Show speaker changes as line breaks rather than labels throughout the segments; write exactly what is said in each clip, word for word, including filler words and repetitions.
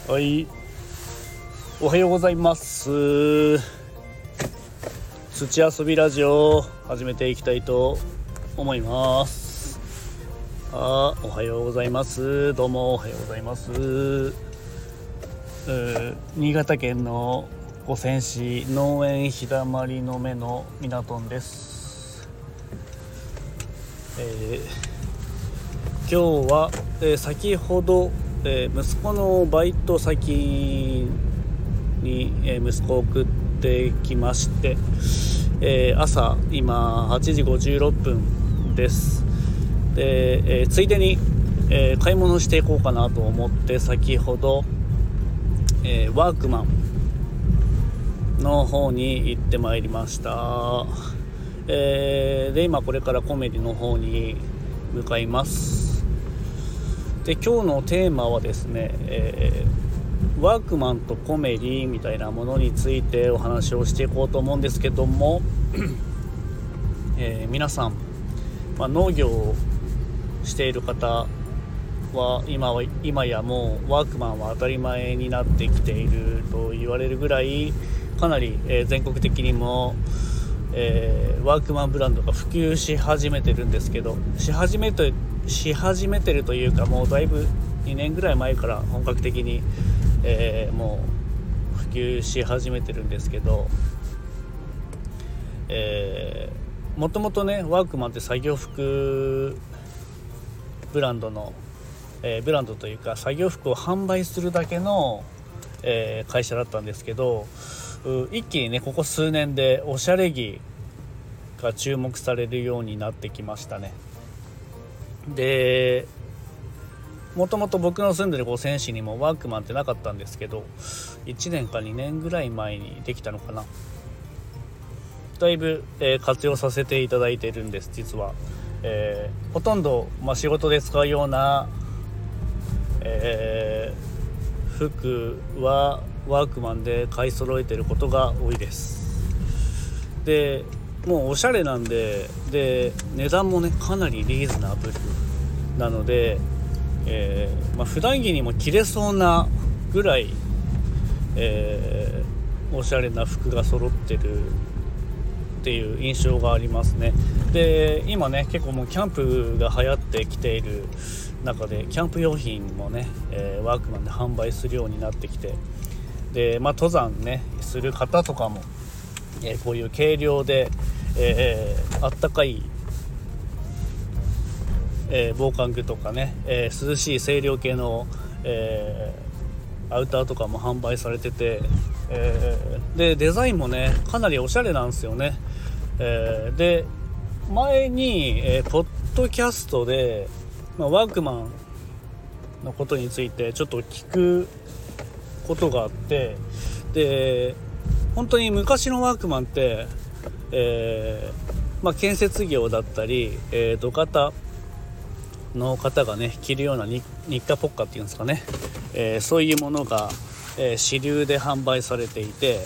はい、おはようございます。土遊びラジオを始めていきたいと思います。あ、おはようございます。どうもおはようございます。新潟県の五泉市農園日だまりの目のみなとんです。えー、今日は、えー、先ほどえー、息子のバイト先に、えー、息子を送ってきまして、えー、朝今はちじごじゅうろっぷんです。で、えー、ついでに、えー、買い物していこうかなと思って先ほど、えー、ワークマンの方に行ってまいりました。えー、で今これからコメディの方に向かいます。で今日のテーマはですね、えー、ワークマンとコメディみたいなものについてお話をしていこうと思うんですけども、えー、皆さん、まあ、農業をしている方は 今, は今やもうワークマンは当たり前になってきていると言われるぐらいかなり、えー、全国的にも、えー、ワークマンブランドが普及し始めてるんですけどし始めてし始めてるというかもうだいぶにねんぐらい前から本格的に、えー、もう普及し始めてるんですけど、えー、もともとねワークマンって作業服ブランドの、えー、ブランドというか作業服を販売するだけの、えー、会社だったんですけど一気にねここ数年でおしゃれ着が注目されるようになってきましたね。でもともと僕の住んでる五泉市にもワークマンってなかったんですけどいちねんかにねんぐらい前にできたのかな。だいぶ、えー、活用させていただいているんです実は、えー、ほとんど、まあ、仕事で使うような、えー、服はワークマンで買い揃えてることが多いです。でもうおしゃれなんで、で値段もねかなりリーズナブルなので、えーまあ、普段着にも着れそうなぐらい、えー、おしゃれな服が揃ってるっていう印象がありますね。で今ね結構もうキャンプが流行ってきている中でキャンプ用品もね、えー、ワークマンで販売するようになってきてで、まあ、登山ねする方とかも、えー、こういう軽量でえー、あったかい、えー、防寒具とかね、えー、涼しい清涼系の、えー、アウターとかも販売されてて、えー、でデザインもねかなりおしゃれなんですよね。えー、で前に、えー、ポッドキャストで、まあ、ワークマンのことについてちょっと聞くことがあってで本当に昔のワークマンってえーまあ、建設業だったり、えー、土方の方がね着るような日課ポッカっていうんですかね、えー、そういうものが、えー、主流で販売されていて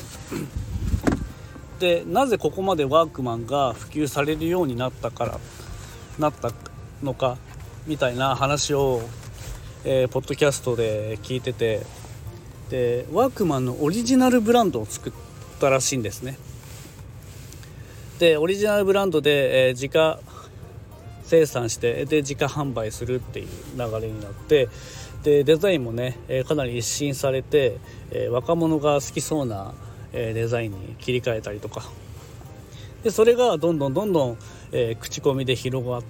でなぜここまでワークマンが普及されるようになったからなったのかみたいな話を、えー、ポッドキャストで聞いててでワークマンのオリジナルブランドを作ったらしいんですね。でオリジナルブランドで、えー、自家生産してで自家販売するっていう流れになってでデザインもね、えー、かなり一新されて、えー、若者が好きそうな、えー、デザインに切り替えたりとかでそれがどんどんどんどん、えー、口コミで広がって、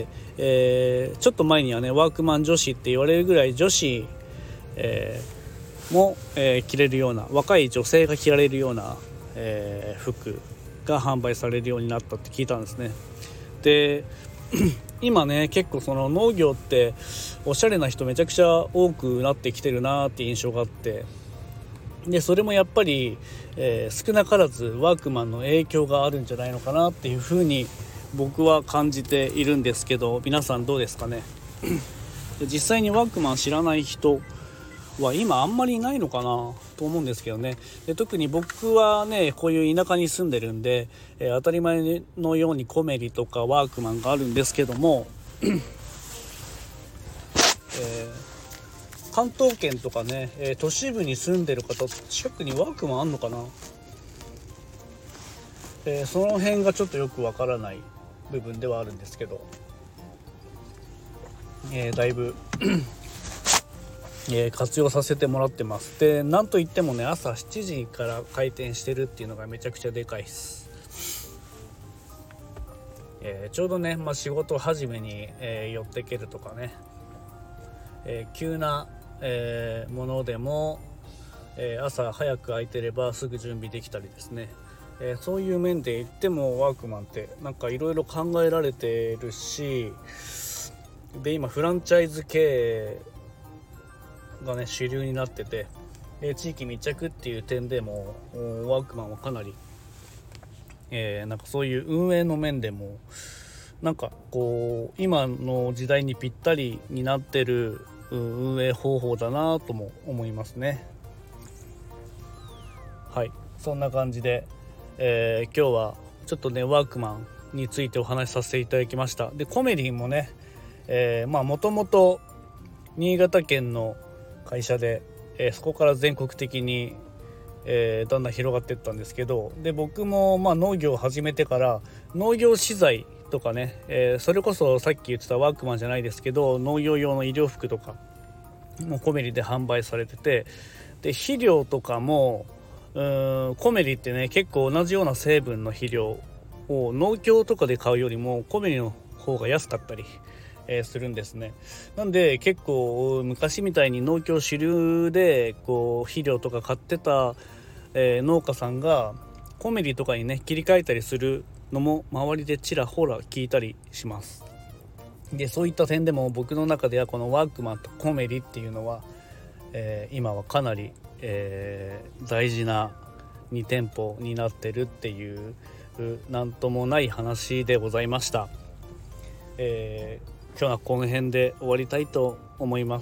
えー、ちょっと前にはねワークマン女子って言われるぐらい女子、えー、も、えー、着れるような若い女性が着られるような、えー、服が販売されるようになったって聞いたんですね。で今ね結構その農業っておしゃれな人めちゃくちゃ多くなってきてるなって印象があってでそれもやっぱり、えー、少なからずワークマンの影響があるんじゃないのかなっていうふうに僕は感じているんですけど皆さんどうですかね実際にワークマン知らない人は今あんまりいないのかなと思うんですけどね。で特に僕はねこういう田舎に住んでるんで、えー、当たり前のようにコメリとかワークマンがあるんですけども、えー、 関東圏とかね、えー、都市部に住んでる方近くにワークマンあんのかな、えー、その辺がちょっとよくわからない部分ではあるんですけど、えー、だいぶえー、活用させてもらってます。で、なんといってもね、朝しちじから開店してるっていうのがめちゃくちゃでかいです。えー、ちょうどね、まあ、仕事始めに、えー、寄ってけるとかね、えー、急な、えー、ものでも、えー、朝早く空いてればすぐ準備できたりですね、えー、そういう面で言ってもワークマンってなんかいろいろ考えられてるし、で今フランチャイズ経営がね主流になってて、えー、地域密着っていう点でもワークマンはかなり、えー、なんかそういう運営の面でもなんかこう今の時代にぴったりになってる運営方法だなとも思いますね。はい、そんな感じで、えー、今日はちょっとねワークマンについてお話しさせていただきました。でコメリンもね、えー、まあもともと新潟県の会社で、えー、そこから全国的に、えー、だんだん広がっていったんですけど、で僕もまあ農業を始めてから農業資材とかね、えー、それこそさっき言ってたワークマンじゃないですけど農業用の医療服とかもコメリで販売されてて、で肥料とかもうーんコメリってね結構同じような成分の肥料を農協とかで買うよりもコメリの方が安かったり、えー、するんですね。なんで結構昔みたいに農協主流でこう肥料とか買ってた、えー、農家さんがコメリとかにね切り替えたりするのも周りでちらほら聞いたりします。でそういった点でも僕の中ではこのワークマンとコメリっていうのは、えー、今はかなり、えー、大事なに店舗になってるっていうなんともない話でございました。えー、今日はこの辺で終わりたいと思います。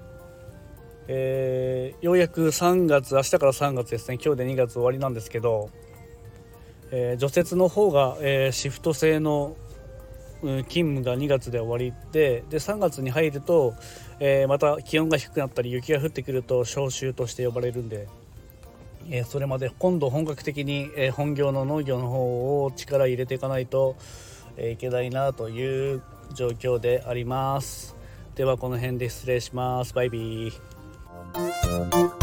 えー、ようやくさんがつ、明日からさんがつですね。今日でにがつ終わりなんですけど、えー、除雪の方が、えー、シフト制の勤務がにがつで終わりで、でさんがつに入ると、えー、また気温が低くなったり雪が降ってくると召集として呼ばれるんで、えー、それまで今度本格的に、えー、本業の農業の方を力入れていかないと、えー、いけないなという状況であります。ではこの辺で失礼します。バイビー。